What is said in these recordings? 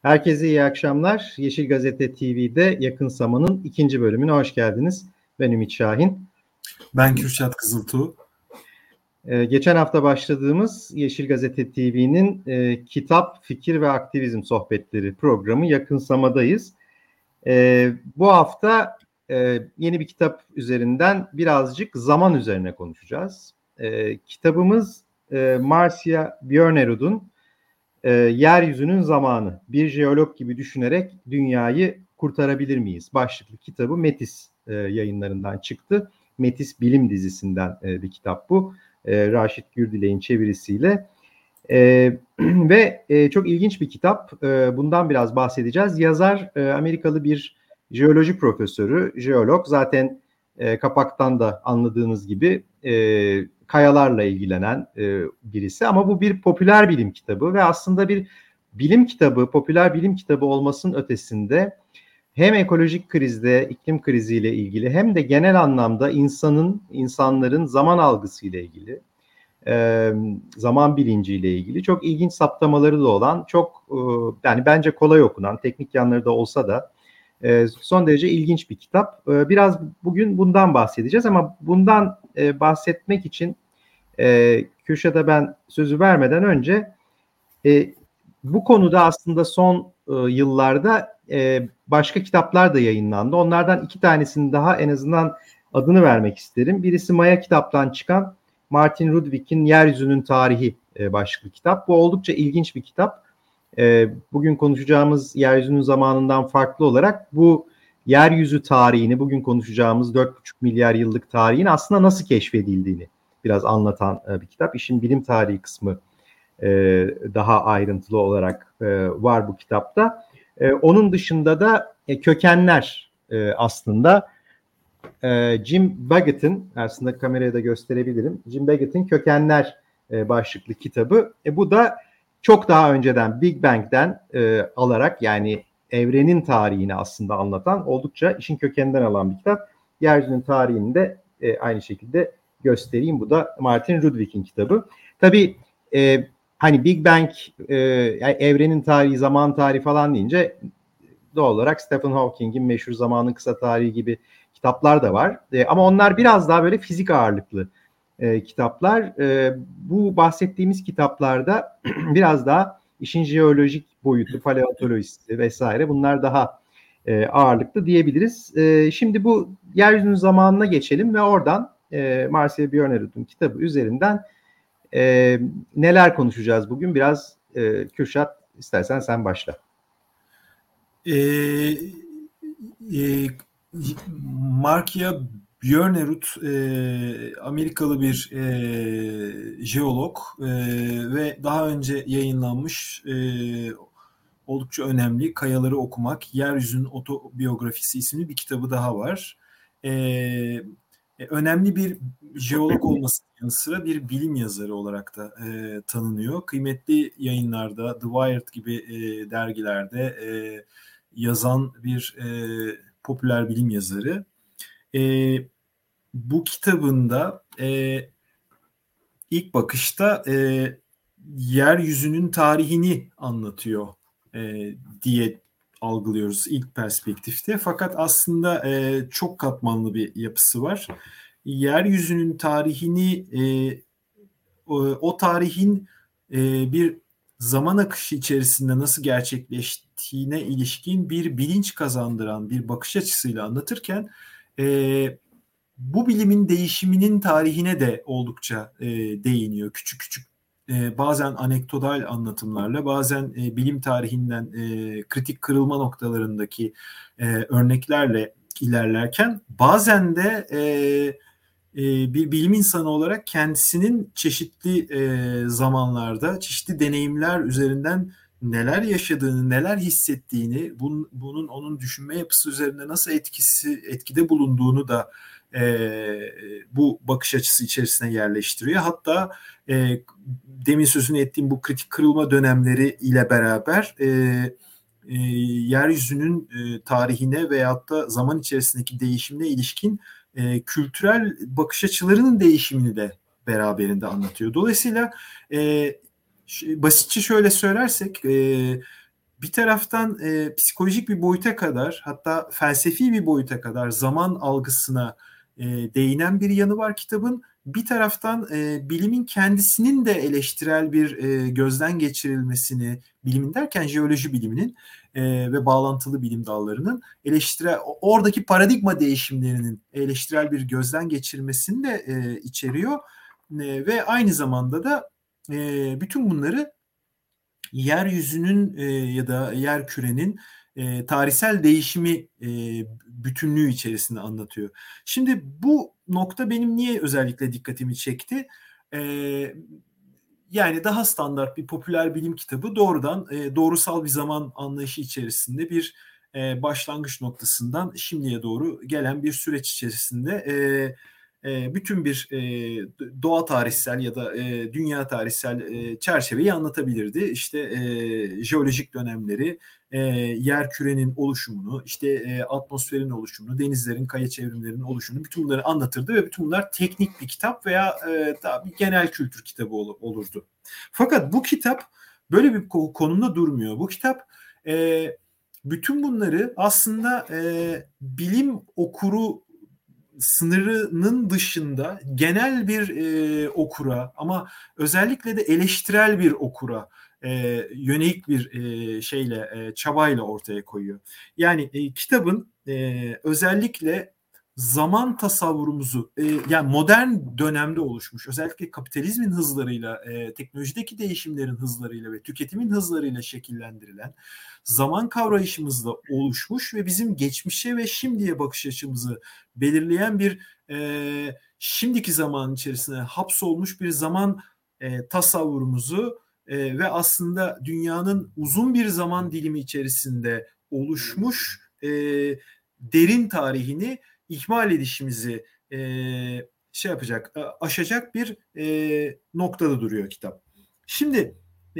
Herkese iyi akşamlar. Yeşil Gazete TV'de Yakın Zaman'ın ikinci bölümüne hoş geldiniz. Ben Ümit Şahin. Ben Kürşat Kızıltuğ. Geçen hafta başladığımız Yeşil Gazete TV'nin kitap, fikir ve aktivizm sohbetleri programı Yakın Zaman'dayız. Bu hafta yeni bir kitap üzerinden birazcık zaman üzerine konuşacağız. Kitabımız Marcia Björnerud'un Yeryüzünün Zamanı, bir jeolog gibi düşünerek dünyayı kurtarabilir miyiz? Başlıklı kitabı Metis yayınlarından çıktı. Metis Bilim dizisinden bir kitap bu. Raşit Gürdilek'in çevirisiyle. Ve çok ilginç bir kitap. Bundan biraz bahsedeceğiz. Yazar Amerikalı bir jeoloji profesörü, jeolog. Zaten kapaktan da anladığınız gibi kayalarla ilgilenen birisi. Ama bu bir popüler bilim kitabı ve aslında bir bilim kitabı, popüler bilim kitabı olmasının ötesinde hem ekolojik krizde, iklim kriziyle ilgili hem de genel anlamda insanların zaman algısıyla ilgili, zaman bilinciyle ilgili çok ilginç saptamaları da olan, çok yani bence kolay okunan, teknik yanları da olsa da son derece ilginç bir kitap. Biraz bugün bundan bahsedeceğiz ama bundan bahsetmek için Kürşat'a ben sözü vermeden önce bu konuda aslında son yıllarda başka kitaplar da yayınlandı. Onlardan iki tanesini daha en azından adını vermek isterim. Birisi Maya Kitap'tan çıkan Martin Rudvik'in Yeryüzünün Tarihi başlıklı kitap. Bu oldukça ilginç bir kitap. Bugün konuşacağımız Yeryüzünün Zamanından farklı olarak bu yeryüzü tarihini, bugün konuşacağımız 4,5 milyar yıllık tarihin aslında nasıl keşfedildiğini biraz anlatan bir kitap. İşin bilim tarihi kısmı daha ayrıntılı olarak var bu kitapta. Onun dışında da kökenler aslında Jim Baggett'in, aslında kameraya da gösterebilirim, Jim Baggett'in Kökenler başlıklı kitabı. Bu da çok daha önceden Big Bang'den alarak, yani evrenin tarihini aslında anlatan, oldukça işin kökeninden alan bir kitap. Yeryüzünün tarihini de aynı şekilde göstereyim. Bu da Martin Rudvik'in kitabı. Tabii hani Big Bang, yani evrenin tarihi, zaman tarihi falan deyince doğal olarak Stephen Hawking'in meşhur Zamanın Kısa Tarihi gibi kitaplar da var. Ama onlar biraz daha böyle fizik ağırlıklı kitaplar. Bu bahsettiğimiz kitaplarda biraz daha işin jeolojik boyutu, paleontolojisi vesaire, bunlar daha ağırlıklı diyebiliriz. Şimdi bu Yeryüzünün Zamanına geçelim ve oradan Marcia Björnerud'un kitabı üzerinden neler konuşacağız bugün? Biraz Kürşat, istersen sen başla. Marcia Björnerud Amerikalı bir jeolog ve daha önce yayınlanmış oldukça önemli Kayaları Okumak, Yeryüzünün Otobiyografisi isimli bir kitabı daha var. Önemli bir jeolog olmasının yanı sıra bir bilim yazarı olarak da tanınıyor. Kıymetli yayınlarda, The Wired gibi dergilerde yazan bir popüler bilim yazarı. Bu kitabında ilk bakışta yeryüzünün tarihini anlatıyor diye algılıyoruz ilk perspektifte. Fakat aslında çok katmanlı bir yapısı var. Yeryüzünün tarihini, o tarihin bir zaman akışı içerisinde nasıl gerçekleştiğine ilişkin bir bilinç kazandıran bir bakış açısıyla anlatırken bu bilimin değişiminin tarihine de oldukça değiniyor. Küçük küçük bazen anekdotal anlatımlarla, bazen bilim tarihinden kritik kırılma noktalarındaki örneklerle ilerlerken bazen de bir bilim insanı olarak kendisinin çeşitli zamanlarda, çeşitli deneyimler üzerinden neler yaşadığını, neler hissettiğini, bunun onun düşünme yapısı üzerinde nasıl etkide bulunduğunu da bu bakış açısı içerisine yerleştiriyor. Hatta demin sözünü ettiğim bu kritik kırılma dönemleri ile beraber yeryüzünün tarihine veyahut da zaman içerisindeki değişimine ilişkin kültürel bakış açılarının değişimini de beraberinde anlatıyor. Dolayısıyla basitçe şöyle söylersek bir taraftan psikolojik bir boyuta kadar, hatta felsefi bir boyuta kadar zaman algısına değinen bir yanı var kitabın. Bir taraftan bilimin kendisinin de eleştirel bir gözden geçirilmesini, bilimin derken jeoloji biliminin ve bağlantılı bilim dallarının eleştirel, oradaki paradigma değişimlerinin eleştirel bir gözden geçirmesini de içeriyor. Ve aynı zamanda da bütün bunları yeryüzünün ya da yer kürenin tarihsel değişimi bütünlüğü içerisinde anlatıyor. Şimdi bu nokta benim niye özellikle dikkatimi çekti? Yani daha standart bir popüler bilim kitabı doğrudan doğrusal bir zaman anlayışı içerisinde bir başlangıç noktasından şimdiye doğru gelen bir süreç içerisinde bütün bir doğa tarihsel ya da dünya tarihsel çerçeveyi anlatabilirdi. İşte jeolojik dönemleri, yer kürenin oluşumunu, işte atmosferin oluşumunu, denizlerin, kaya çevrimlerinin oluşumunu, bütün bunları anlatırdı ve bütün bunlar teknik bir kitap veya daha bir genel kültür kitabı olurdu. Fakat bu kitap böyle bir konumda durmuyor. Bu kitap bütün bunları aslında bilim okuru sınırının dışında genel bir okura, ama özellikle de eleştirel bir okura yönelik bir çabayla ortaya koyuyor. Yani kitabın özellikle zaman tasavvurumuzu, yani modern dönemde oluşmuş, özellikle kapitalizmin hızlarıyla, teknolojideki değişimlerin hızlarıyla ve tüketimin hızlarıyla şekillendirilen zaman kavrayışımızda oluşmuş ve bizim geçmişe ve şimdiye bakış açımızı belirleyen bir şimdiki zaman içerisine hapsolmuş bir zaman tasavvurumuzu ve aslında dünyanın uzun bir zaman dilimi içerisinde oluşmuş derin tarihini ihmal edişimizi aşacak bir noktada duruyor kitap. Şimdi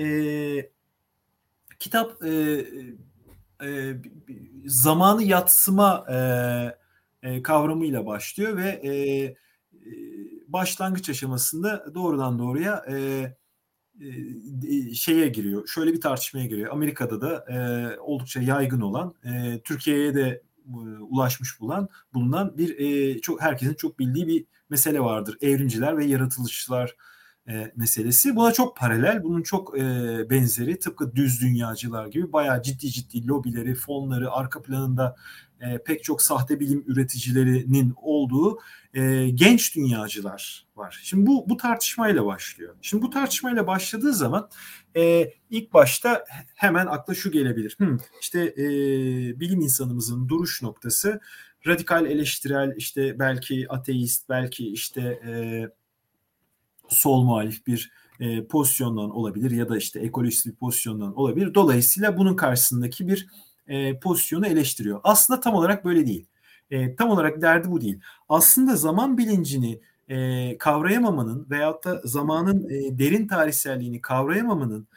kitap zamanı yadsıma kavramıyla başlıyor ve başlangıç aşamasında doğrudan doğruya şeye giriyor. Şöyle bir tartışmaya giriyor. Amerika'da da oldukça yaygın olan, Türkiye'ye de ulaşmış bulunan bir çok herkesin çok bildiği bir mesele vardır. Evrimciler ve yaratılışçılar meselesi. Buna çok paralel, bunun çok benzeri, tıpkı düz dünyacılar gibi bayağı ciddi lobileri, fonları, arka planında pek çok sahte bilim üreticilerinin olduğu genç dünyacılar var. Şimdi bu tartışmayla başlıyor. Şimdi bu tartışmayla başladığı zaman ilk başta hemen akla şu gelebilir. İşte bilim insanımızın duruş noktası radikal eleştirel, işte belki ateist, belki işte sol muhalif bir pozisyondan olabilir ya da işte ekolojist bir pozisyondan olabilir. Dolayısıyla bunun karşısındaki bir pozisyonu eleştiriyor. Aslında tam olarak böyle değil. Tam olarak derdi bu değil. Aslında zaman bilincini kavrayamamanın veyahut da zamanın derin tarihselliğini kavrayamamanın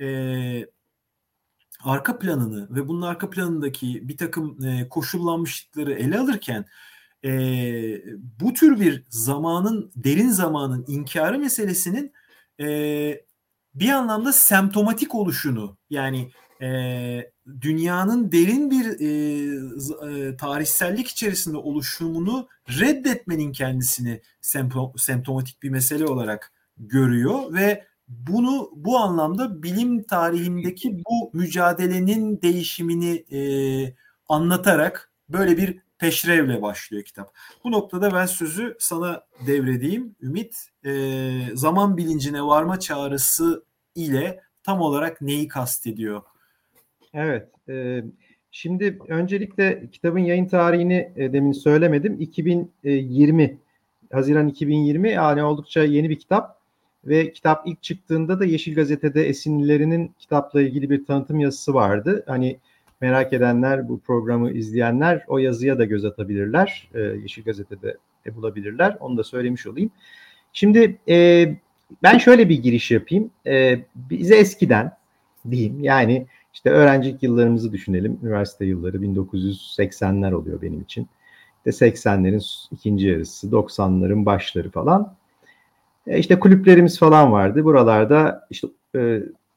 arka planını ve bunun arka planındaki bir takım koşullanmışlıkları ele alırken bu tür bir derin zamanın inkarı meselesinin bir anlamda semptomatik oluşunu, yani dünyanın derin bir tarihsellik içerisinde oluşumunu reddetmenin kendisini semptomatik bir mesele olarak görüyor ve bunu bu anlamda bilim tarihindeki bu mücadelenin değişimini anlatarak böyle bir peşrevle başlıyor kitap. Bu noktada ben sözü sana devredeyim. Ümit, zaman bilincine varma çağrısı ile tam olarak neyi kastediyor? Evet. Şimdi öncelikle kitabın yayın tarihini demin söylemedim. 2020, Haziran 2020, yani oldukça yeni bir kitap. Ve kitap ilk çıktığında da Yeşil Gazete'de Esinlilerinin kitapla ilgili bir tanıtım yazısı vardı. Hani merak edenler, bu programı izleyenler o yazıya da göz atabilirler. Yeşil Gazete'de bulabilirler. Onu da söylemiş olayım. Şimdi ben şöyle bir giriş yapayım. Bize eskiden diyeyim, yani işte öğrencilik yıllarımızı düşünelim. Üniversite yılları 1980'ler oluyor benim için. İşte 80'lerin ikinci yarısı, 90'ların başları falan. İşte kulüplerimiz falan vardı. Buralarda işte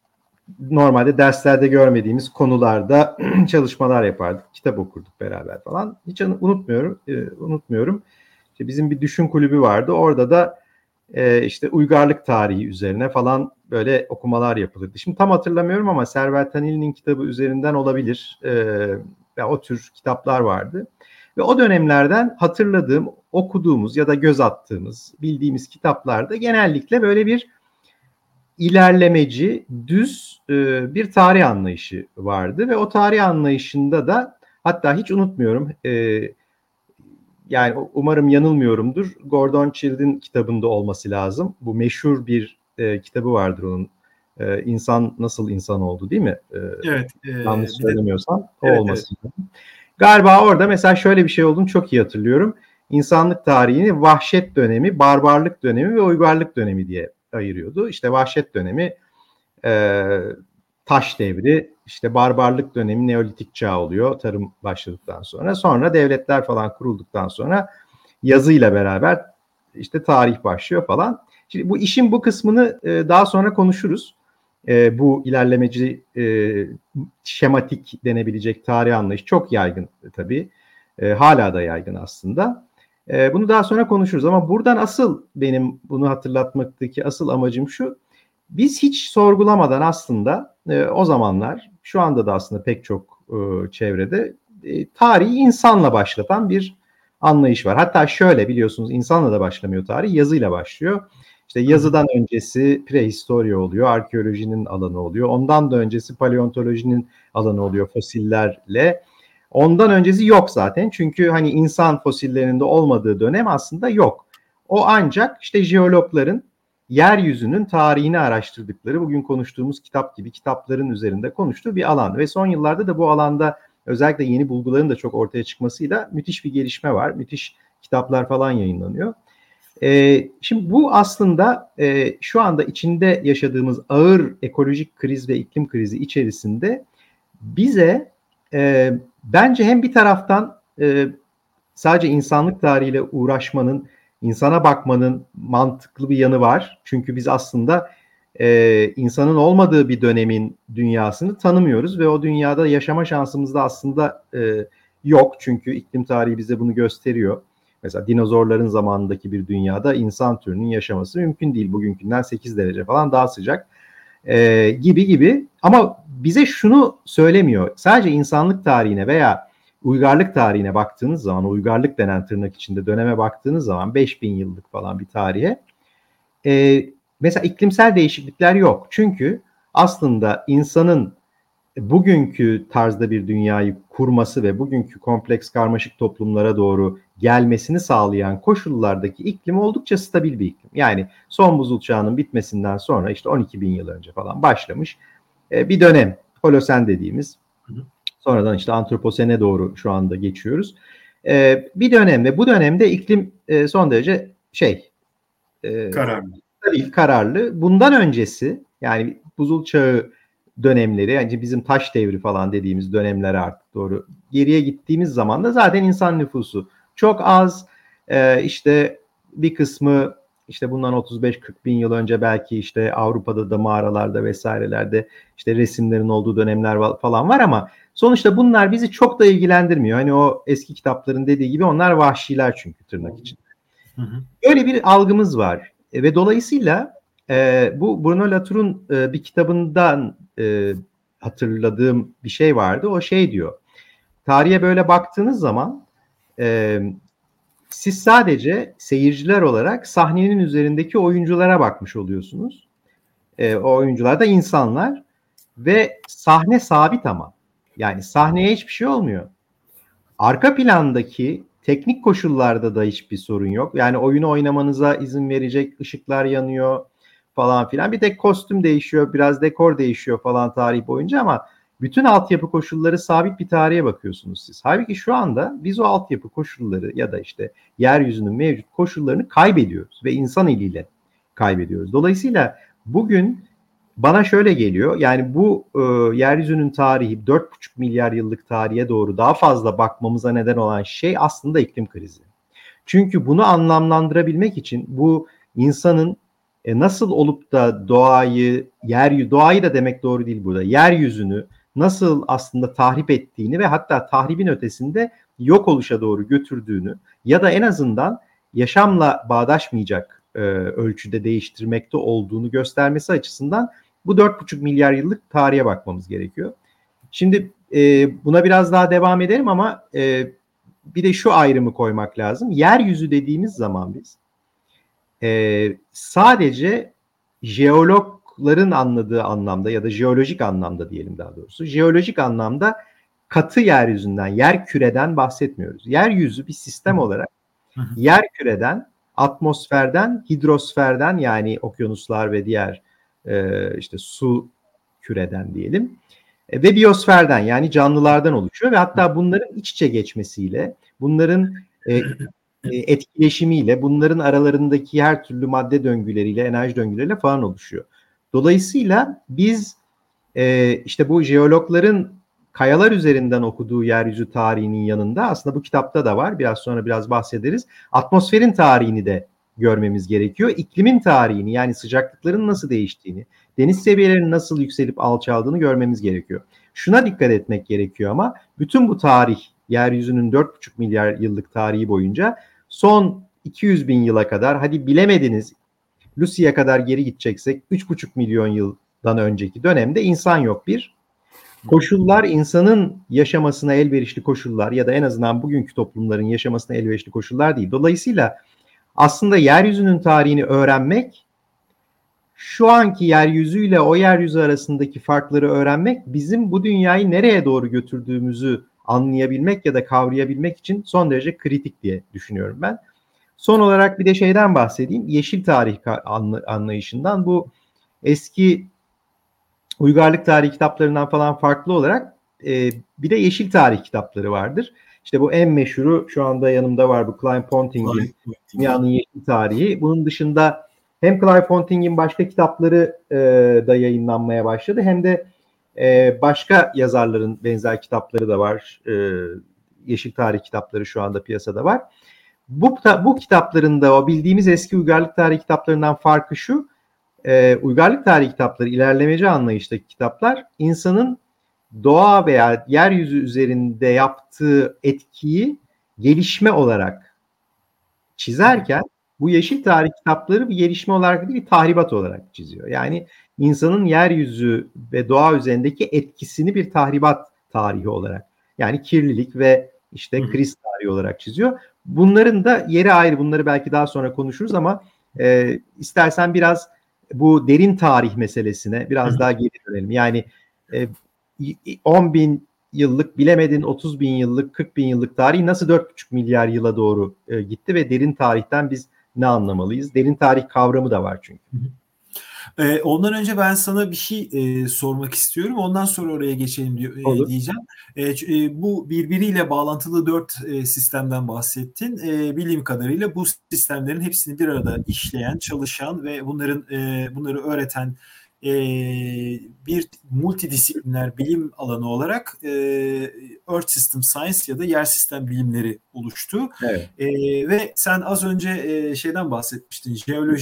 normalde derslerde görmediğimiz konularda çalışmalar yapardık. Kitap okurduk beraber falan. Hiç unutmuyorum. İşte bizim bir düşün kulübü vardı. Orada da işte uygarlık tarihi üzerine falan böyle okumalar yapılırdı. Şimdi tam hatırlamıyorum ama Servet Tanil'in kitabı üzerinden olabilir. O tür kitaplar vardı. Ve o dönemlerden hatırladığım, okuduğumuz ya da göz attığımız, bildiğimiz kitaplarda genellikle böyle bir ilerlemeci, düz bir tarih anlayışı vardı. Ve o tarih anlayışında da hatta hiç unutmuyorum, yani umarım yanılmıyorumdur, Gordon Child'in kitabında olması lazım. Bu meşhur bir kitabı vardır onun. İnsan Nasıl İnsan Oldu, değil mi? Evet. Yanlış söylemiyorsam o evet, olması lazım. Galiba orada mesela şöyle bir şey olduğunu çok iyi hatırlıyorum. İnsanlık tarihini vahşet dönemi, barbarlık dönemi ve uygarlık dönemi diye ayırıyordu. İşte vahşet dönemi taş devri, işte barbarlık dönemi Neolitik çağ oluyor tarım başladıktan sonra. Sonra devletler falan kurulduktan sonra yazıyla beraber işte tarih başlıyor falan. Şimdi bu işin bu kısmını daha sonra konuşuruz. Bu ilerlemeci şematik denebilecek tarih anlayışı çok yaygın tabii. Hala da yaygın aslında. Bunu daha sonra konuşuruz ama buradan asıl benim bunu hatırlatmaktaki asıl amacım şu. Biz hiç sorgulamadan aslında o zamanlar, şu anda da aslında pek çok çevrede tarihi insanla başlatan bir anlayış var. Hatta şöyle, biliyorsunuz, insanla da başlamıyor tarih, yazıyla başlıyor. İşte yazıdan öncesi prehistorya oluyor, arkeolojinin alanı oluyor. Ondan da öncesi paleontolojinin alanı oluyor fosillerle. Ondan öncesi yok zaten. Çünkü hani insan fosillerinde olmadığı dönem aslında yok. O ancak işte jeologların yeryüzünün tarihini araştırdıkları, bugün konuştuğumuz kitap gibi kitapların üzerinde konuştuğu bir alan. Ve son yıllarda da bu alanda özellikle yeni bulguların da çok ortaya çıkmasıyla müthiş bir gelişme var. Müthiş kitaplar falan yayınlanıyor. Şimdi bu aslında şu anda içinde yaşadığımız ağır ekolojik kriz ve iklim krizi içerisinde bize bence hem bir taraftan sadece insanlık tarihiyle uğraşmanın, insana bakmanın mantıklı bir yanı var. Çünkü biz aslında insanın olmadığı bir dönemin dünyasını tanımıyoruz ve o dünyada yaşama şansımız da aslında yok. Çünkü iklim tarihi bize bunu gösteriyor. Mesela dinozorların zamanındaki bir dünyada insan türünün yaşaması mümkün değil. Bugünkünden 8 derece falan daha sıcak gibi. Ama bize şunu söylemiyor. Sadece insanlık tarihine veya uygarlık tarihine baktığınız zaman, uygarlık denen tırnak içinde döneme baktığınız zaman 5000 yıllık falan bir tarihe mesela iklimsel değişiklikler yok. Çünkü aslında insanın bugünkü tarzda bir dünyayı kurması ve bugünkü kompleks karmaşık toplumlara doğru gelmesini sağlayan koşullardaki iklim oldukça stabil bir iklim. Yani son buzul çağının bitmesinden sonra işte 12 bin yıl önce falan başlamış bir dönem. Holosen dediğimiz. Sonradan işte Antroposen'e doğru şu anda geçiyoruz. Bir dönem ve bu dönemde iklim son derece kararlı. Stabil, kararlı. Bundan öncesi, yani buzul çağı dönemleri, yani bizim taş devri falan dediğimiz dönemlere artık doğru geriye gittiğimiz zaman da zaten insan nüfusu çok az. İşte bir kısmı işte bundan 35-40 bin yıl önce belki işte Avrupa'da da mağaralarda vesairelerde işte resimlerin olduğu dönemler falan var ama sonuçta bunlar bizi çok da ilgilendirmiyor. Hani o eski kitapların dediği gibi onlar vahşiler çünkü tırnak için. Böyle bir algımız var. Ve dolayısıyla bu Bruno Latour'un bir kitabından hatırladığım bir şey vardı. O şey diyor. Tarihe böyle baktığınız zaman siz sadece seyirciler olarak sahnenin üzerindeki oyunculara bakmış oluyorsunuz. O oyuncular da insanlar ve sahne sabit ama. Yani sahneye hiçbir şey olmuyor. Arka plandaki teknik koşullarda da hiçbir sorun yok. Yani oyunu oynamanıza izin verecek ışıklar yanıyor falan filan. Bir tek kostüm değişiyor, biraz dekor değişiyor falan tarih boyunca ama bütün altyapı koşulları sabit bir tarihe bakıyorsunuz siz. Halbuki şu anda biz o altyapı koşulları ya da işte yeryüzünün mevcut koşullarını kaybediyoruz ve insan eliyle kaybediyoruz. Dolayısıyla bugün bana şöyle geliyor, yani bu yeryüzünün tarihi 4,5 milyar yıllık tarihe doğru daha fazla bakmamıza neden olan şey aslında iklim krizi. Çünkü bunu anlamlandırabilmek için bu insanın nasıl olup da doğayı da demek doğru değil burada. Yeryüzünü nasıl aslında tahrip ettiğini ve hatta tahribin ötesinde yok oluşa doğru götürdüğünü ya da en azından yaşamla bağdaşmayacak ölçüde değiştirmekte olduğunu göstermesi açısından bu 4,5 milyar yıllık tarihe bakmamız gerekiyor. Şimdi buna biraz daha devam edelim ama bir de şu ayrımı koymak lazım. Yeryüzü dediğimiz zaman biz sadece jeologların anladığı anlamda ya da jeolojik anlamda diyelim daha doğrusu. Jeolojik anlamda katı yeryüzünden, yer küreden bahsetmiyoruz. Yeryüzü bir sistem olarak yer küreden, atmosferden, hidrosferden yani okyanuslar ve diğer işte su küreden diyelim ve biyosferden yani canlılardan oluşuyor ve hatta bunların iç içe geçmesiyle, bunların etkileşimiyle, bunların aralarındaki her türlü madde döngüleriyle, enerji döngüleriyle falan oluşuyor. Dolayısıyla biz işte bu jeologların kayalar üzerinden okuduğu yeryüzü tarihinin yanında aslında bu kitapta da var. Biraz sonra bahsederiz. Atmosferin tarihini de görmemiz gerekiyor. İklimin tarihini yani sıcaklıkların nasıl değiştiğini, deniz seviyelerinin nasıl yükselip alçaldığını görmemiz gerekiyor. Şuna dikkat etmek gerekiyor ama bütün bu tarih yeryüzünün 4,5 milyar yıllık tarihi boyunca son 200 bin yıla kadar hadi bilemediniz Lucy'ye kadar geri gideceksek 3,5 milyon yıldan önceki dönemde insan yok bir. Koşullar insanın yaşamasına elverişli koşullar ya da en azından bugünkü toplumların yaşamasına elverişli koşullar değil. Dolayısıyla aslında yeryüzünün tarihini öğrenmek, şu anki yeryüzüyle o yeryüzü arasındaki farkları öğrenmek bizim bu dünyayı nereye doğru götürdüğümüzü anlayabilmek ya da kavrayabilmek için son derece kritik diye düşünüyorum ben. Son olarak bir de şeyden bahsedeyim. Yeşil tarih anlayışından bu eski uygarlık tarihi kitaplarından falan farklı olarak bir de yeşil tarih kitapları vardır. İşte bu en meşhuru şu anda yanımda var bu Clive Ponting'in Dünyanın Yeşil Tarihi. Bunun dışında hem Clive Ponting'in başka kitapları da yayınlanmaya başladı hem de başka yazarların benzer kitapları da var. Yeşil tarih kitapları şu anda piyasada var. Bu kitapların da o bildiğimiz eski uygarlık tarihi kitaplarından farkı şu. Uygarlık tarihi kitapları, ilerlemeci anlayıştaki kitaplar insanın doğa veya yeryüzü üzerinde yaptığı etkiyi gelişme olarak çizerken bu yeşil tarih kitapları bir gelişme olarak değil bir tahribat olarak çiziyor. Yani insanın yeryüzü ve doğa üzerindeki etkisini bir tahribat tarihi olarak yani kirlilik ve işte kriz tarihi olarak çiziyor. Bunların da yeri ayrı. Bunları belki daha sonra konuşuruz ama istersen biraz bu derin tarih meselesine biraz daha geri dönelim. Yani 10 bin yıllık bilemedin 30 bin yıllık 40 bin yıllık tarih nasıl 4,5 milyar yıla doğru gitti ve derin tarihten biz ne anlamalıyız? Derin tarih kavramı da var çünkü. Ondan önce ben sana bir şey sormak istiyorum. Ondan sonra oraya geçelim diyeceğim. Bu birbiriyle bağlantılı 4 sistemden bahsettin. Bildiğim kadarıyla bu sistemlerin hepsini bir arada işleyen, çalışan ve bunları öğreten bir multidisipliner bilim alanı olarak Earth System Science ya da yer sistem bilimleri oluştu. Evet. Ve sen az önce şeyden bahsetmiştin.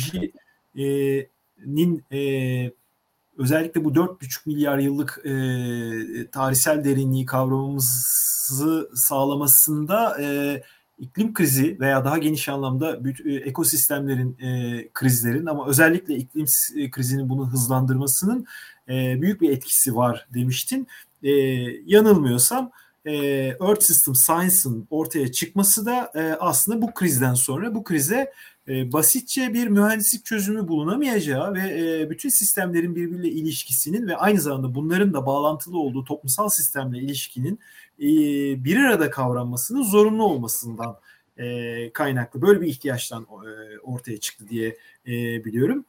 Jeolojinin özellikle bu 4,5 milyar yıllık tarihsel derinliği kavramamızı sağlamasında iklim krizi veya daha geniş anlamda ekosistemlerin krizlerin ama özellikle iklim krizinin bunu hızlandırmasının büyük bir etkisi var demiştin. Yanılmıyorsam Earth System Science'ın ortaya çıkması da aslında bu krizden sonra bu krize basitçe bir mühendislik çözümü bulunamayacağı ve bütün sistemlerin birbiriyle ilişkisinin ve aynı zamanda bunların da bağlantılı olduğu toplumsal sistemle ilişkinin bir arada kavranmasının zorunlu olmasından kaynaklı böyle bir ihtiyaçtan ortaya çıktı diye biliyorum.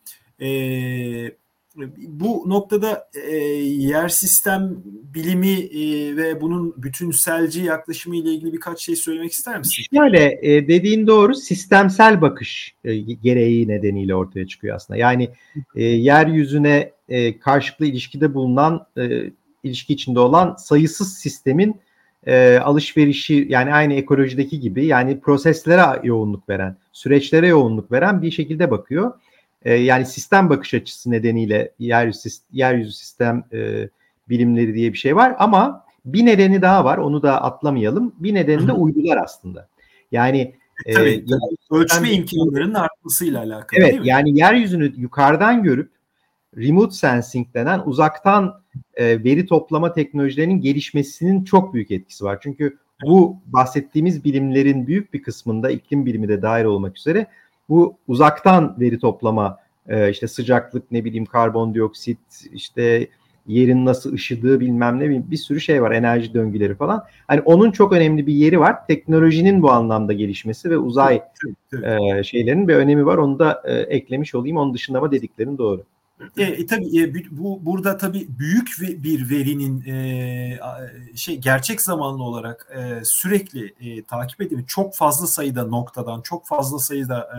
Bu noktada yer sistem bilimi ve bunun bütünselci yaklaşımı ile ilgili birkaç şey söylemek ister misin? Şöyle dediğin doğru sistemsel bakış gereği nedeniyle ortaya çıkıyor aslında. Yani yeryüzüne karşılıklı ilişkide bulunan ilişki içinde olan sayısız sistemin alışverişi yani aynı ekolojideki gibi yani proseslere yoğunluk veren, süreçlere yoğunluk veren bir şekilde bakıyor. Yani sistem bakış açısı nedeniyle yeryüzü sistem bilimleri diye bir şey var ama bir nedeni daha var. Onu da atlamayalım. Bir nedeni de uydular aslında. Yani Tabii. Ölçme sistem imkanlarının artmasıyla alakalı evet, değil mi? yani yeryüzünü yukarıdan görüp remote sensing denen uzaktan veri toplama teknolojilerinin gelişmesinin çok büyük etkisi var. Çünkü bu bahsettiğimiz bilimlerin büyük bir kısmında iklim bilimi de dahil olmak üzere bu uzaktan veri toplama, işte sıcaklık, ne bileyim karbondioksit, işte yerin nasıl ışıdığı bilmem ne bir sürü şey var, enerji döngüleri falan. Hani onun çok önemli bir yeri var. Teknolojinin bu anlamda gelişmesi ve uzay şeylerin bir önemi var. Onu da eklemiş olayım. Onun dışında ama dediklerin doğru. Tabii burada tabii büyük bir verinin gerçek zamanlı olarak sürekli takip edilip çok fazla sayıda noktadan, çok fazla sayıda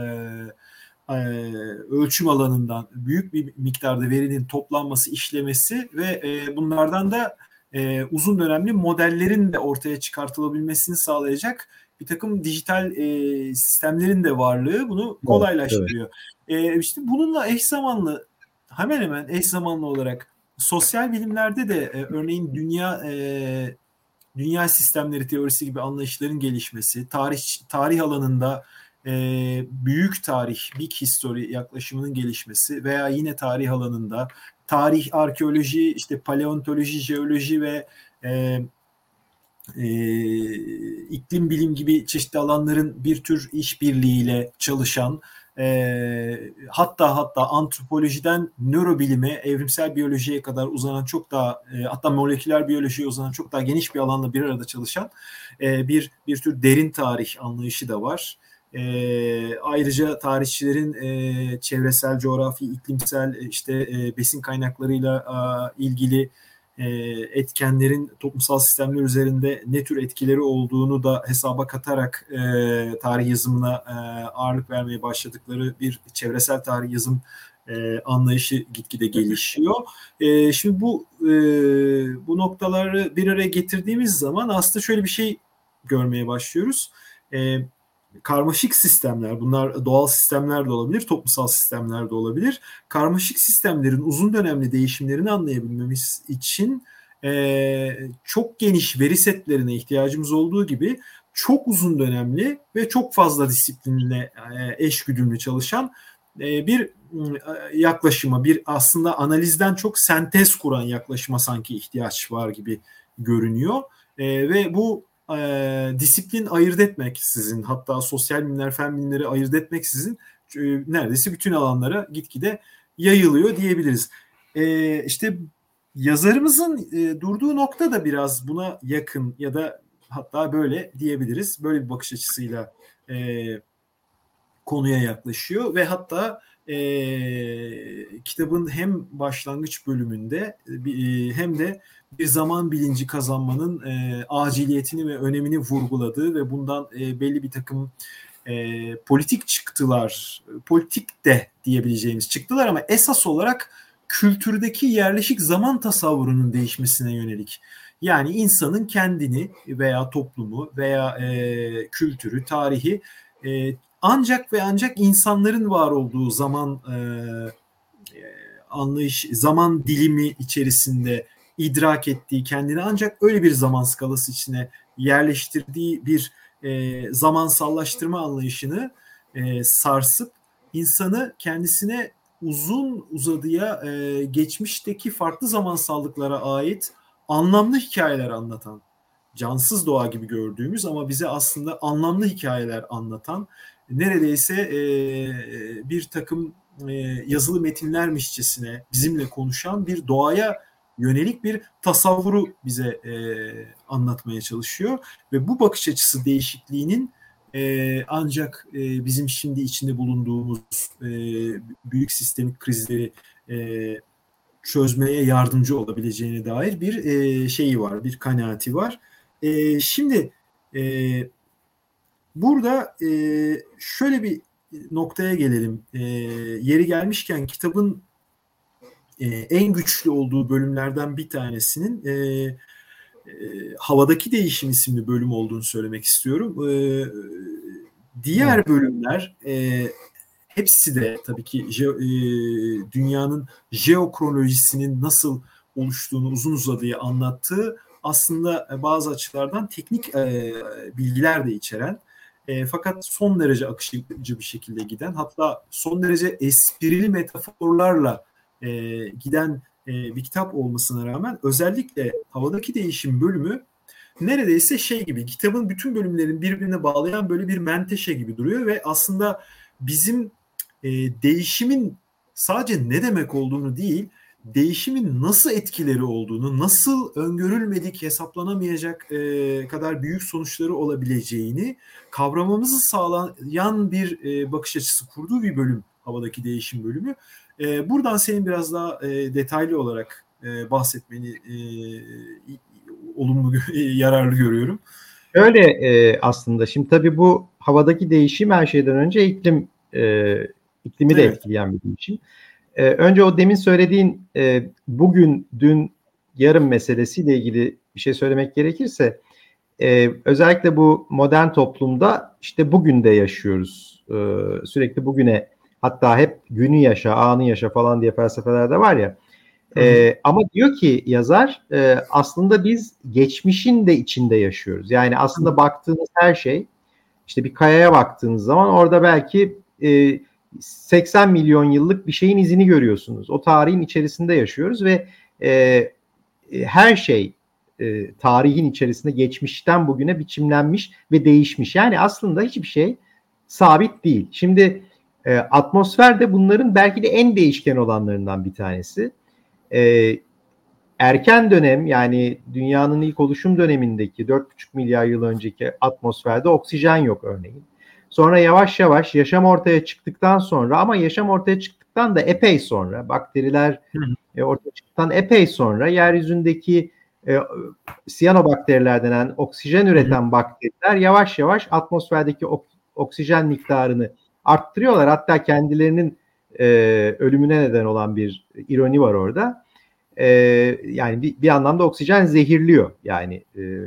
ölçüm alanından büyük bir miktarda verinin toplanması, işlemesi ve bunlardan da uzun dönemli modellerin de ortaya çıkartılabilmesini sağlayacak bir takım dijital sistemlerin de varlığı bunu kolaylaştırıyor. Evet. İşte bununla hemen hemen eş zamanlı olarak sosyal bilimlerde de örneğin dünya sistemleri teorisi gibi anlayışların gelişmesi, tarih alanında büyük tarih, big history yaklaşımının gelişmesi veya yine tarih alanında tarih, arkeoloji, işte paleontoloji, jeoloji ve iklim bilim gibi çeşitli alanların bir tür işbirliğiyle çalışan, hatta antropolojiden nörobilime, evrimsel biyolojiye kadar uzanan çok daha hatta moleküler biyolojiye uzanan çok daha geniş bir alanla bir arada çalışan bir tür derin tarih anlayışı da var. Ayrıca tarihçilerin çevresel, coğrafi, iklimsel besin kaynaklarıyla ilgili etkenlerin toplumsal sistemler üzerinde ne tür etkileri olduğunu da hesaba katarak tarih yazımına ağırlık vermeye başladıkları bir çevresel tarih yazım anlayışı gitgide gelişiyor. Şimdi bu noktaları bir araya getirdiğimiz zaman aslında şöyle bir şey görmeye başlıyoruz. Karmaşık sistemler, bunlar doğal sistemler de olabilir, toplumsal sistemler de olabilir. Karmaşık sistemlerin uzun dönemli değişimlerini anlayabilmemiz için çok geniş veri setlerine ihtiyacımız olduğu gibi çok uzun dönemli ve çok fazla disiplinle eşgüdümlü çalışan bir yaklaşıma, bir aslında analizden çok sentez kuran yaklaşıma sanki ihtiyaç var gibi görünüyor. Ve bu disiplin ayırt etmeksizin, hatta sosyal bilimler, fen bilimleri ayırt etmeksizin neredeyse bütün alanlara gitgide yayılıyor diyebiliriz. İşte yazarımızın durduğu nokta da biraz buna yakın ya da hatta böyle diyebiliriz. Böyle bir bakış açısıyla konuya yaklaşıyor ve hatta kitabın hem başlangıç bölümünde hem de bir zaman bilinci kazanmanın aciliyetini ve önemini vurguladığı ve bundan belli bir takım politik çıktılar, politik de diyebileceğimiz çıktılar ama esas olarak kültürdeki yerleşik zaman tasavvurunun değişmesine yönelik. Yani insanın kendini veya toplumu veya kültürü, tarihi ancak ve ancak insanların var olduğu zaman zaman dilimi içerisinde idrak ettiği, kendini ancak öyle bir zaman skalası içine yerleştirdiği bir zamansallaştırma anlayışını sarsıp insanı kendisine uzun uzadıya geçmişteki farklı zamansallıklara ait anlamlı hikayeler anlatan, cansız doğa gibi gördüğümüz ama bize aslında anlamlı hikayeler anlatan, neredeyse bir takım yazılı metinlermişçesine bizimle konuşan bir doğaya yönelik bir tasavvuru bize anlatmaya çalışıyor. Ve bu bakış açısı değişikliğinin ancak bizim şimdi içinde bulunduğumuz büyük sistemik krizleri çözmeye yardımcı olabileceğine dair bir şeyi var, bir kanaati var. Şimdi burada şöyle bir noktaya gelelim. Yeri gelmişken kitabın en güçlü olduğu bölümlerden bir tanesinin Havadaki Değişim isimli bölüm olduğunu söylemek istiyorum. Diğer bölümler hepsi de tabii ki dünyanın jeokronolojisinin nasıl oluştuğunu uzun uzadıya anlattığı, aslında bazı açılardan teknik bilgiler de içeren, fakat son derece akışıcı bir şekilde giden, hatta son derece esprili metaforlarla giden bir kitap olmasına rağmen özellikle havadaki değişim bölümü neredeyse şey gibi, kitabın bütün bölümlerini birbirine bağlayan böyle bir menteşe gibi duruyor ve aslında bizim değişimin sadece ne demek olduğunu değil, değişimin nasıl etkileri olduğunu, nasıl öngörülmedik, hesaplanamayacak kadar büyük sonuçları olabileceğini kavramamızı sağlayan bir bakış açısı kurduğu bir bölüm, havadaki değişim bölümü. Buradan senin biraz daha detaylı olarak bahsetmeni olumlu, yararlı görüyorum. Öyle aslında. Şimdi tabii bu havadaki değişim her şeyden önce iklimi de etkileyen bir değişim. Önce o demin söylediğin bugün, dün, yarın meselesiyle ilgili bir şey söylemek gerekirse, özellikle bu modern toplumda işte bugün de yaşıyoruz. Sürekli bugüne, hatta hep günü yaşa, anı yaşa falan diye felsefeler de var ya. Ama diyor ki yazar, aslında biz geçmişin de içinde yaşıyoruz. Yani aslında baktığınız her şey, işte bir kayaya baktığınız zaman orada belki 80 milyon yıllık bir şeyin izini görüyorsunuz. O tarihin içerisinde yaşıyoruz ve her şey tarihin içerisinde geçmişten bugüne biçimlenmiş ve değişmiş. Yani aslında hiçbir şey sabit değil. Şimdi atmosfer de bunların belki de en değişken olanlarından bir tanesi. Erken dönem, yani dünyanın ilk oluşum dönemindeki 4,5 milyar yıl önceki atmosferde oksijen yok örneğin. Sonra yavaş yavaş yaşam ortaya çıktıktan sonra, ama yaşam ortaya çıktıktan da epey sonra, bakteriler ortaya çıktıktan epey sonra yeryüzündeki siyanobakteriler denen oksijen üreten bakteriler yavaş yavaş atmosferdeki oksijen miktarını arttırıyorlar. Hatta kendilerinin ölümüne neden olan bir ironi var orada. Yani bir anlamda oksijen zehirliyor. Yani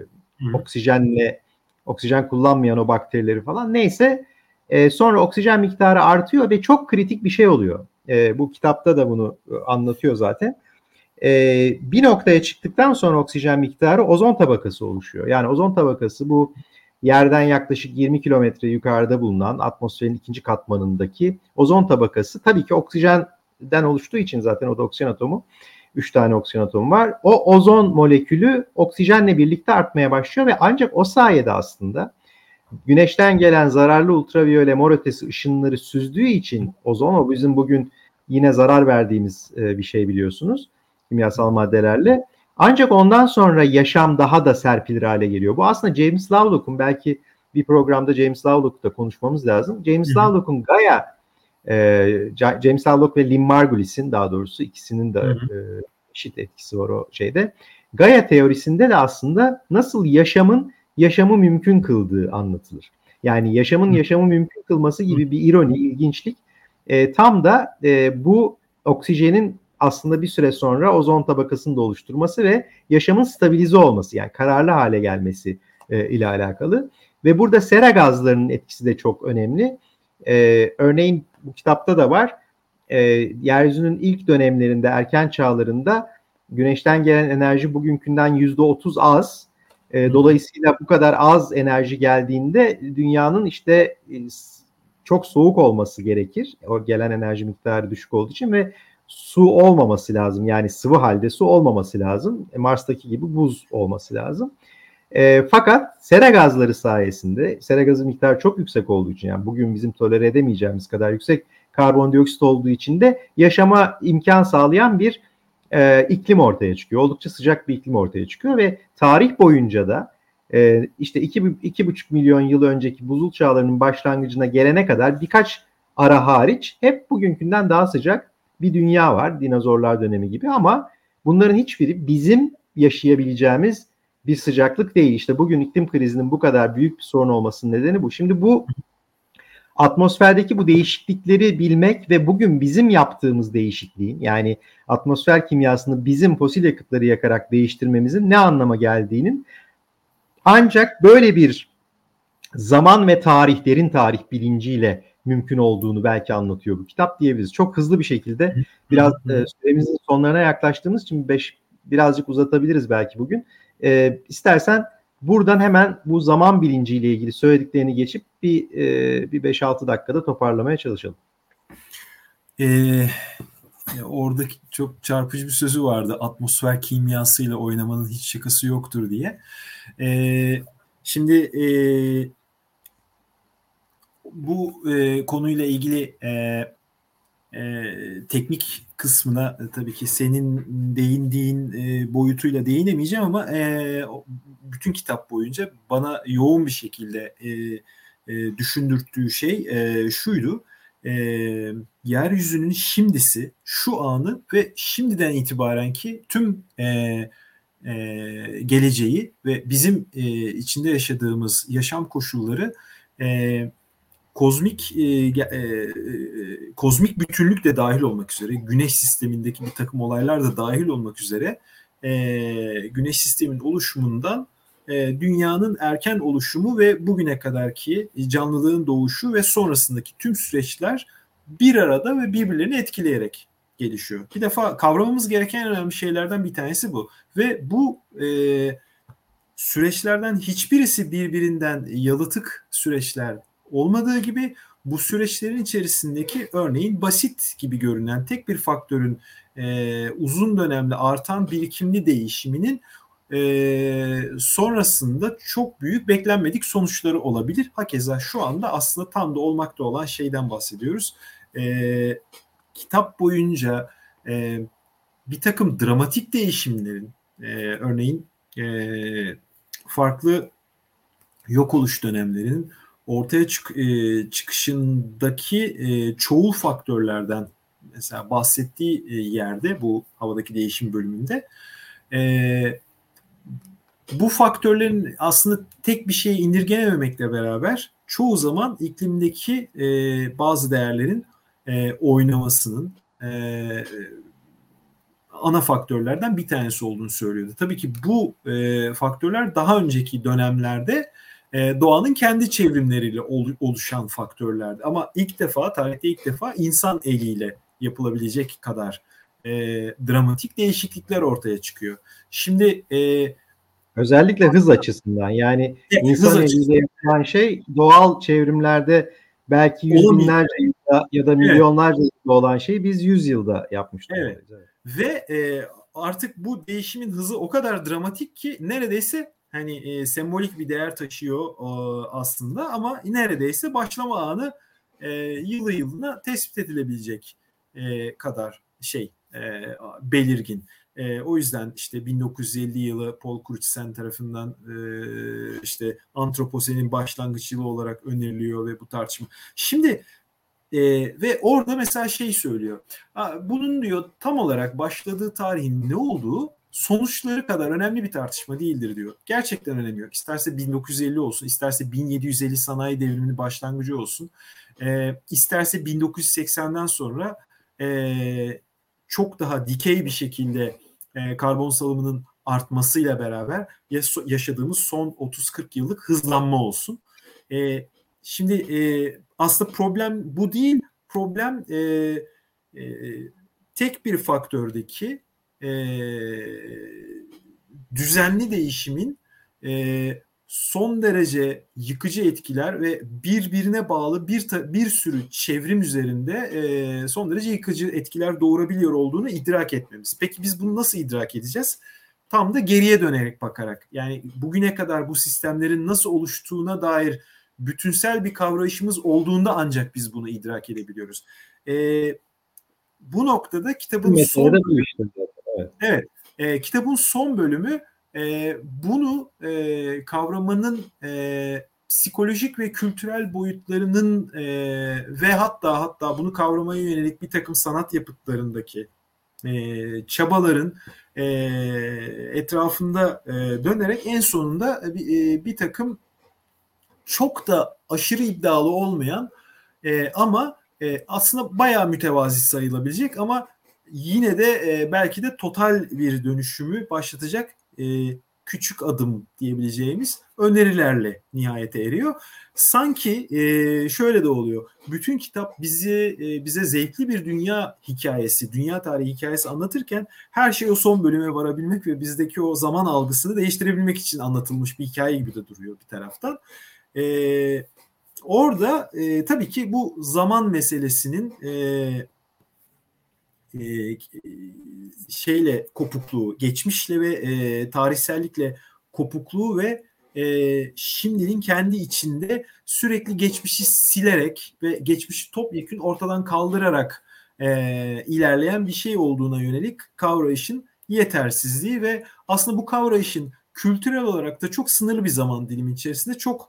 oksijen kullanmayan o bakterileri falan. Neyse, sonra oksijen miktarı artıyor ve çok kritik bir şey oluyor. Bu kitapta da bunu anlatıyor zaten. Bir noktaya çıktıktan sonra oksijen miktarı ozon tabakası oluşuyor. Yani ozon tabakası bu yerden yaklaşık 20 kilometre yukarıda bulunan atmosferin ikinci katmanındaki ozon tabakası, tabii ki oksijenden oluştuğu için zaten o da oksijen atomu. 3 tane oksijen atomu var. O ozon molekülü oksijenle birlikte artmaya başlıyor ve ancak o sayede aslında güneşten gelen zararlı ultraviyole, mor ötesi ışınları süzdüğü için ozon, o bizim bugün yine zarar verdiğimiz bir şey biliyorsunuz kimyasal maddelerle. Ancak ondan sonra yaşam daha da serpilir hale geliyor. Bu aslında James Lovelock'un, belki bir programda James Lovelock'u da konuşmamız lazım. James Lovelock'un Gaia, James Lovelock ve Lynn Margulis'in, daha doğrusu ikisinin de eşit etkisi var o şeyde. Gaia teorisinde de aslında nasıl yaşamı mümkün kıldığı anlatılır. Yani yaşamı mümkün kılması gibi bir ironi, ilginçlik tam da bu oksijenin aslında bir süre sonra ozon tabakasını da oluşturması ve yaşamın stabilize olması, yani kararlı hale gelmesi ile alakalı. Ve burada sera gazlarının etkisi de çok önemli. Örneğin bu kitapta da var. Yeryüzünün ilk dönemlerinde, erken çağlarında güneşten gelen enerji bugünkünden %30 az. Dolayısıyla bu kadar az enerji geldiğinde dünyanın işte çok soğuk olması gerekir. O gelen enerji miktarı düşük olduğu için ve su olmaması lazım. Yani sıvı halde su olmaması lazım. Mars'taki gibi buz olması lazım. Fakat sera gazları sayesinde, sera gazı miktarı çok yüksek olduğu için, yani bugün bizim tolere edemeyeceğimiz kadar yüksek karbondioksit olduğu için de yaşama imkan sağlayan bir iklim ortaya çıkıyor. Oldukça sıcak bir iklim ortaya çıkıyor ve tarih boyunca da işte 2,5 milyon yıl önceki buzul çağlarının başlangıcına gelene kadar birkaç ara hariç hep bugünkünden daha sıcak bir dünya var. Dinozorlar dönemi gibi, ama bunların hiçbiri bizim yaşayabileceğimiz bir sıcaklık değil. İşte bugün iklim krizinin bu kadar büyük bir sorun olmasının nedeni bu. Şimdi bu atmosferdeki bu değişiklikleri bilmek ve bugün bizim yaptığımız değişikliğin, yani atmosfer kimyasını bizim fosil yakıtları yakarak değiştirmemizin ne anlama geldiğinin ancak böyle bir zaman ve tarih, derin tarih bilinciyle mümkün olduğunu belki anlatıyor bu kitap diyebiliriz. Çok hızlı bir şekilde biraz süremizin sonlarına yaklaştığımız için birazcık uzatabiliriz belki bugün. İstersen buradan hemen bu zaman bilinciyle ilgili söylediklerini geçip bir 5-6 dakikada toparlamaya çalışalım. Oradaki çok çarpıcı bir sözü vardı. Atmosfer kimyasıyla oynamanın hiç şakası yoktur diye. Şimdi bu konuyla ilgili teknik kısmına tabii ki senin değindiğin boyutuyla değinemeyeceğim ama bütün kitap boyunca bana yoğun bir şekilde düşündürttüğü şey şuydu. Yeryüzünün şimdisi, şu anı ve şimdiden itibaren ki tüm geleceği ve bizim içinde yaşadığımız yaşam koşulları kozmik bütünlük de dahil olmak üzere, Güneş sistemindeki bir takım olaylar da dahil olmak üzere Güneş sisteminin oluşumundan dünyanın erken oluşumu ve bugüne kadarki canlılığın doğuşu ve sonrasındaki tüm süreçler bir arada ve birbirlerini etkileyerek gelişiyor. Bir defa kavramamız gereken önemli şeylerden bir tanesi bu. Ve bu süreçlerden hiçbirisi birbirinden yalıtık süreçler olmadığı gibi bu süreçlerin içerisindeki örneğin basit gibi görünen tek bir faktörün uzun dönemli artan birikimli değişiminin sonrasında çok büyük beklenmedik sonuçları olabilir. Hakeza şu anda aslında tam da olmakta olan şeyden bahsediyoruz. Kitap boyunca bir takım dramatik değişimlerin örneğin farklı yok oluş dönemlerinin ortaya çıkışındaki çoğul faktörlerden mesela bahsettiği yerde bu havadaki değişim bölümünde bu faktörlerin aslında tek bir şeye indirgenememekle beraber çoğu zaman iklimdeki bazı değerlerin oynamasının ana faktörlerden bir tanesi olduğunu söylüyordu. Tabii ki bu faktörler daha önceki dönemlerde doğanın kendi çevrimleriyle oluşan faktörlerdi. Ama tarihte ilk defa insan eliyle yapılabilecek kadar dramatik değişiklikler ortaya çıkıyor. Şimdi özellikle hız açısından yani insan eliyle yapılan şey doğal çevrimlerde belki yüz binlerce yılda ya da milyonlarca yılda olan şeyi biz 100 yılda yapmış durumdayız. Evet. Ve artık bu değişimin hızı o kadar dramatik ki neredeyse hani sembolik bir değer taşıyor aslında ama neredeyse başlama anı yılı yılına tespit edilebilecek kadar belirgin. O yüzden işte 1950 yılı Paul Crutzen tarafından işte antroposenin başlangıç yılı olarak öneriliyor ve bu tartışma. Şimdi ve orada mesela söylüyor. Bunun diyor tam olarak başladığı tarihin ne olduğu sonuçları kadar önemli bir tartışma değildir diyor. Gerçekten önemi yok. İsterse 1950 olsun, isterse 1750 sanayi devriminin başlangıcı olsun, isterse 1980'den sonra çok daha dikey bir şekilde karbon salımının artmasıyla beraber yaşadığımız son 30-40 yıllık hızlanma olsun. Şimdi aslında problem bu değil. Problem tek bir faktördeki düzenli değişimin son derece yıkıcı etkiler ve birbirine bağlı bir sürü çevrim üzerinde son derece yıkıcı etkiler doğurabiliyor olduğunu idrak etmemiz. Peki biz bunu nasıl idrak edeceğiz? Tam da geriye dönerek bakarak. Yani bugüne kadar bu sistemlerin nasıl oluştuğuna dair bütünsel bir kavrayışımız olduğunda ancak biz bunu idrak edebiliyoruz. Bu noktada kitabın kitabın son bölümü bunu kavramanın psikolojik ve kültürel boyutlarının ve hatta bunu kavramaya yönelik bir takım sanat yapıtlarındaki çabaların etrafında dönerek en sonunda bir takım çok da aşırı iddialı olmayan ama aslında bayağı mütevazi sayılabilecek ama yine de belki de total bir dönüşümü başlatacak küçük adım diyebileceğimiz önerilerle nihayete eriyor. Sanki şöyle de oluyor. Bütün kitap bize zevkli bir dünya hikayesi, dünya tarihi hikayesi anlatırken her şey o son bölüme varabilmek ve bizdeki o zaman algısını değiştirebilmek için anlatılmış bir hikaye gibi de duruyor bir taraftan. Orada tabii ki bu zaman meselesinin şeyle kopukluğu, geçmişle ve tarihsellikle kopukluğu ve şimdinin kendi içinde sürekli geçmişi silerek ve geçmişi topyekün ortadan kaldırarak ilerleyen bir şey olduğuna yönelik kavrayışın yetersizliği ve aslında bu kavrayışın kültürel olarak da çok sınırlı bir zaman dilimi içerisinde çok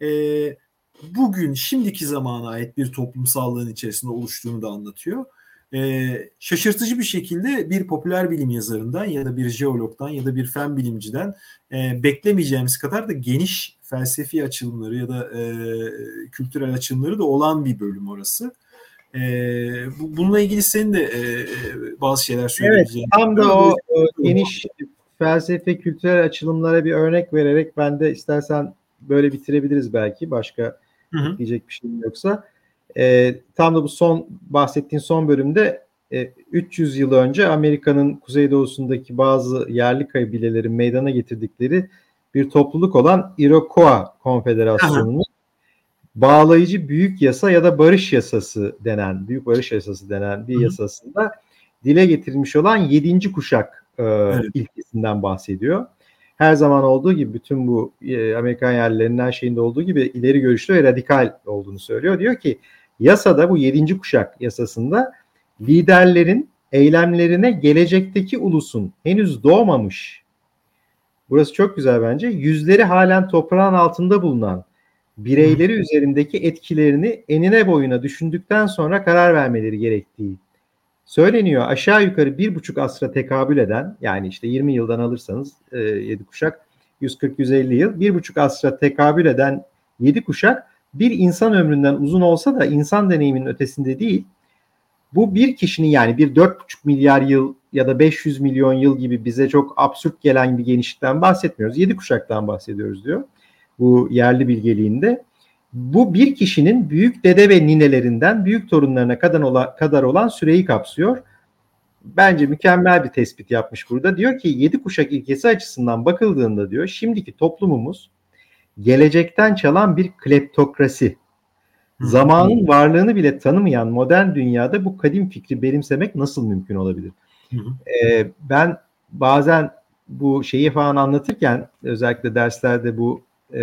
bugün, şimdiki zamana ait bir toplumsallığın içerisinde oluştuğunu da anlatıyor. Şaşırtıcı bir şekilde bir popüler bilim yazarından ya da bir jeologdan ya da bir fen bilimciden beklemeyeceğimiz kadar da geniş felsefi açılımları ya da kültürel açılımları da olan bir bölüm orası. Bununla ilgili senin de bazı şeyler söyleyebileceğin. Evet, tam da o geniş felsefe kültürel açılımlara bir örnek vererek ben de istersen böyle bitirebiliriz belki. Başka ekleyecek bir şeyim yoksa. Tam da bu bahsettiğin son bölümde 300 yıl önce Amerika'nın kuzeydoğusundaki bazı yerli kabilelerin meydana getirdikleri bir topluluk olan Iroquois Konfederasyonu'nun bağlayıcı büyük yasa ya da barış yasası denen, büyük barış yasası denen bir yasasında dile getirilmiş olan 7. kuşak ilkesinden bahsediyor. Her zaman olduğu gibi bütün bu Amerikan yerlilerinin her şeyinde olduğu gibi ileri görüşlü ve radikal olduğunu söylüyor. Diyor ki yasada, bu 7. kuşak yasasında liderlerin eylemlerine gelecekteki ulusun henüz doğmamış, burası çok güzel bence, yüzleri halen toprağın altında bulunan bireyleri üzerindeki etkilerini enine boyuna düşündükten sonra karar vermeleri gerektiği söyleniyor. Aşağı yukarı 1,5 asra tekabül eden, yani işte 20 yıldan alırsanız 7 kuşak 140-150 yıl, 1,5 asra tekabül eden 7 kuşak bir insan ömründen uzun olsa da insan deneyiminin ötesinde değil. Bu bir kişinin, yani bir 4,5 milyar yıl ya da 500 milyon yıl gibi bize çok absürt gelen bir genişlikten bahsetmiyoruz. 7 kuşaktan bahsediyoruz diyor bu yerli bilgeliğinde. Bu bir kişinin büyük dede ve ninelerinden büyük torunlarına kadar olan süreyi kapsıyor. Bence mükemmel bir tespit yapmış burada. Diyor ki 7 kuşak ilkesi açısından bakıldığında diyor, şimdiki toplumumuz gelecekten çalan bir kleptokrasi. Zamanın varlığını bile tanımayan modern dünyada bu kadim fikri benimsemek nasıl mümkün olabilir? Ben bazen bu şeyi falan anlatırken, özellikle derslerde bu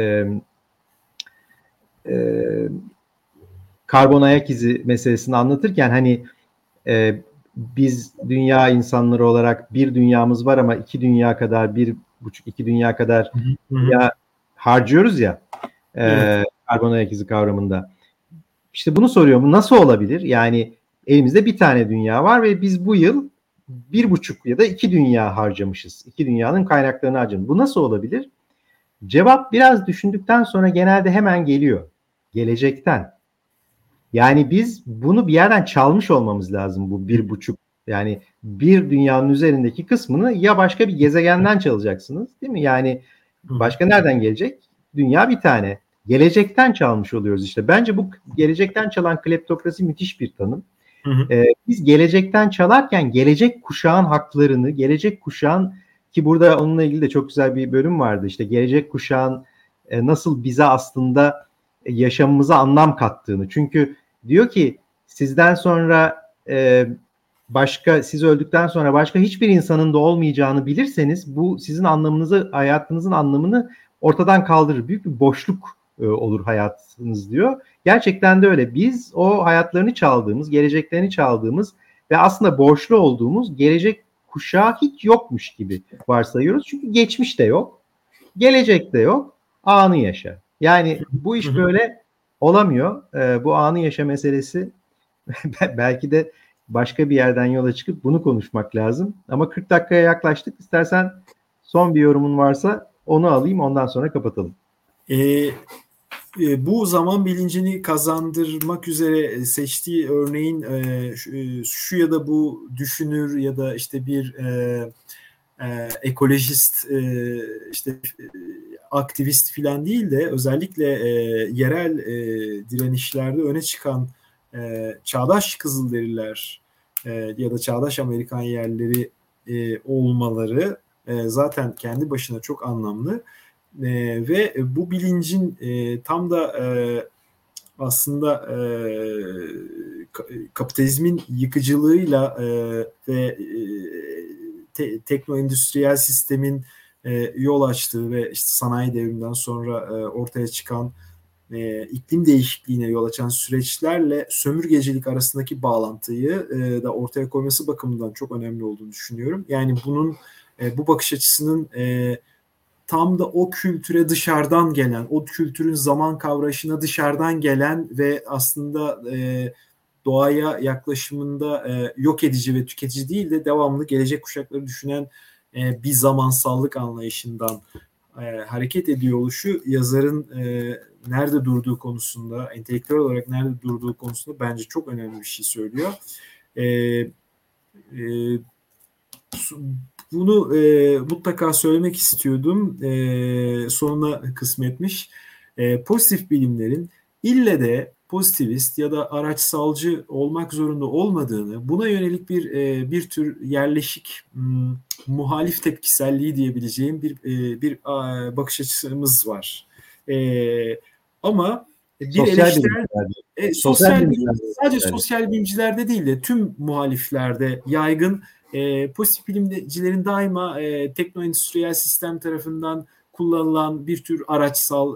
karbon ayak izi meselesini anlatırken hani biz dünya insanları olarak bir dünyamız var ama 2 dünya kadar, 1,5-2 dünya kadar dünya harcıyoruz ya karbon ayak izi kavramında. İşte bunu soruyorum. Nasıl olabilir? Yani elimizde bir tane dünya var ve biz bu yıl 1,5 ya da 2 dünya harcamışız. 2 dünyanın kaynaklarını harcamışız. Bu nasıl olabilir? Cevap biraz düşündükten sonra genelde hemen geliyor. Gelecekten. Yani biz bunu bir yerden çalmış olmamız lazım, bu 1,5. Yani bir dünyanın üzerindeki kısmını ya başka bir gezegenden çalacaksınız, değil mi? Yani başka nereden gelecek? Dünya bir tane. Gelecekten çalmış oluyoruz işte. Bence bu gelecekten çalan kleptokrasi müthiş bir tanım. Biz gelecekten çalarken gelecek kuşağın haklarını, gelecek kuşağın, ki burada onunla ilgili de çok güzel bir bölüm vardı. İşte gelecek kuşağın nasıl bize aslında yaşamımıza anlam kattığını. Çünkü diyor ki sizden sonra siz öldükten sonra başka hiçbir insanın da olmayacağını bilirseniz bu sizin anlamınızı, hayatınızın anlamını ortadan kaldırır. Büyük bir boşluk olur hayatınız diyor. Gerçekten de öyle. Biz o hayatlarını çaldığımız, geleceklerini çaldığımız ve aslında borçlu olduğumuz gelecek kuşağı hiç yokmuş gibi varsayıyoruz. Çünkü geçmiş de yok, gelecek de yok, anı yaşa. Yani bu iş böyle olamıyor. Bu anı yaşa meselesi belki de başka bir yerden yola çıkıp bunu konuşmak lazım. Ama 40 dakikaya yaklaştık. İstersen son bir yorumun varsa onu alayım, ondan sonra kapatalım. Bu zaman bilincini kazandırmak üzere seçtiği örneğin şu ya da bu düşünür ya da işte bir ekolojist işte aktivist filan değil de özellikle yerel direnişlerde öne çıkan çağdaş Kızılderililer ya da çağdaş Amerikan yerleri olmaları zaten kendi başına çok anlamlı ve bu bilincin tam da aslında kapitalizmin yıkıcılığıyla ve teknoendüstriyel sistemin yol açtığı ve işte sanayi devriminden sonra ortaya çıkan iklim değişikliğine yol açan süreçlerle sömürgecilik arasındaki bağlantıyı da ortaya koyması bakımından çok önemli olduğunu düşünüyorum. Yani bunun bu bakış açısının tam da o kültüre dışarıdan gelen, o kültürün zaman kavrayışına dışarıdan gelen ve aslında doğaya yaklaşımında yok edici ve tüketici değil de devamlı gelecek kuşakları düşünen bir zamansallık anlayışından hareket ediyor oluşu yazarın nerede durduğu konusunda, entelektüel olarak nerede durduğu konusunda bence çok önemli bir şey söylüyor. Bunu mutlaka söylemek istiyordum. Sonuna kısmetmiş. Pozitif bilimlerin ille de pozitivist ya da araçsalcı olmak zorunda olmadığını, buna yönelik bir tür yerleşik muhalif tepkiselliği diyebileceğim bir bakış açımız var. Ama bir eleştirel sadece sosyal bilimcilerde değil de tüm muhaliflerde yaygın pozitif bilimcilerin daima teknoendüstriyel sistem tarafından kullanılan bir tür araçsal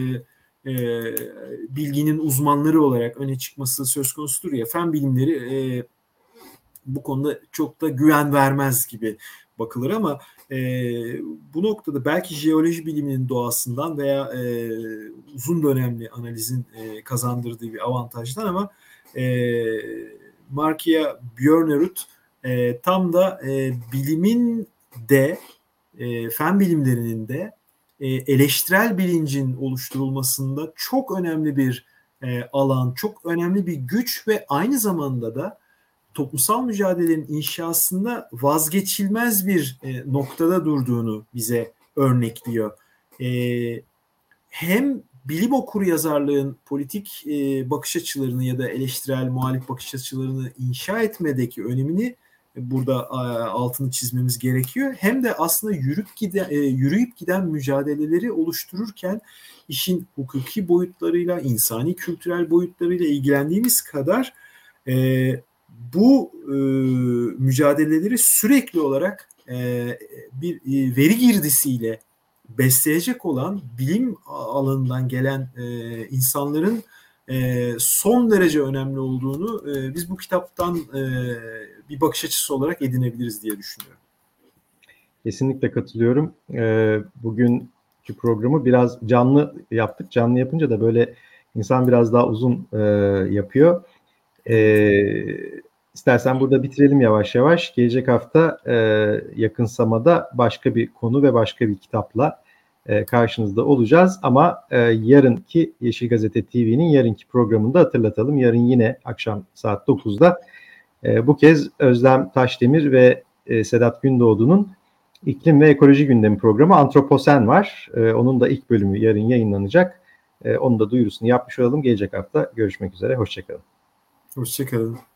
bilginin uzmanları olarak öne çıkması söz konusudur ya. Fen bilimleri bu konuda çok da güven vermez gibi bakılır ama bu noktada belki jeoloji biliminin doğasından veya uzun dönemli analizin kazandırdığı bir avantajdan ama Markia Björnerud tam da bilimin de fen bilimlerinin de eleştirel bilincin oluşturulmasında çok önemli bir alan, çok önemli bir güç ve aynı zamanda da toplumsal mücadelenin inşasında vazgeçilmez bir noktada durduğunu bize örnekliyor. Hem bilim okuryazarlığın politik bakış açılarını ya da eleştirel muhalif bakış açılarını inşa etmedeki önemini burada altını çizmemiz gerekiyor. Hem de aslında yürüyüp giden mücadeleleri oluştururken işin hukuki boyutlarıyla, insani kültürel boyutlarıyla ilgilendiğimiz kadar bu mücadeleleri sürekli olarak bir veri girdisiyle besleyecek olan bilim alanından gelen insanların son derece önemli olduğunu biz bu kitaptan bir bakış açısı olarak edinebiliriz diye düşünüyorum. Kesinlikle katılıyorum. Bugünkü programı biraz canlı yaptık. Canlı yapınca da böyle insan biraz daha uzun yapıyor. İstersen burada bitirelim yavaş yavaş. Gelecek hafta yakınsamada başka bir konu ve başka bir kitapla karşınızda olacağız. Ama yarınki Yeşil Gazete TV'nin yarınki programını da hatırlatalım. Yarın yine akşam saat 9'da bu kez Özlem Taşdemir ve Sedat Gündoğdu'nun İklim ve Ekoloji Gündemi programı Antroposen var. Onun da ilk bölümü yarın yayınlanacak. Onun da duyurusunu yapmış olalım. Gelecek hafta görüşmek üzere. Hoşçakalın. Hoşçakalın.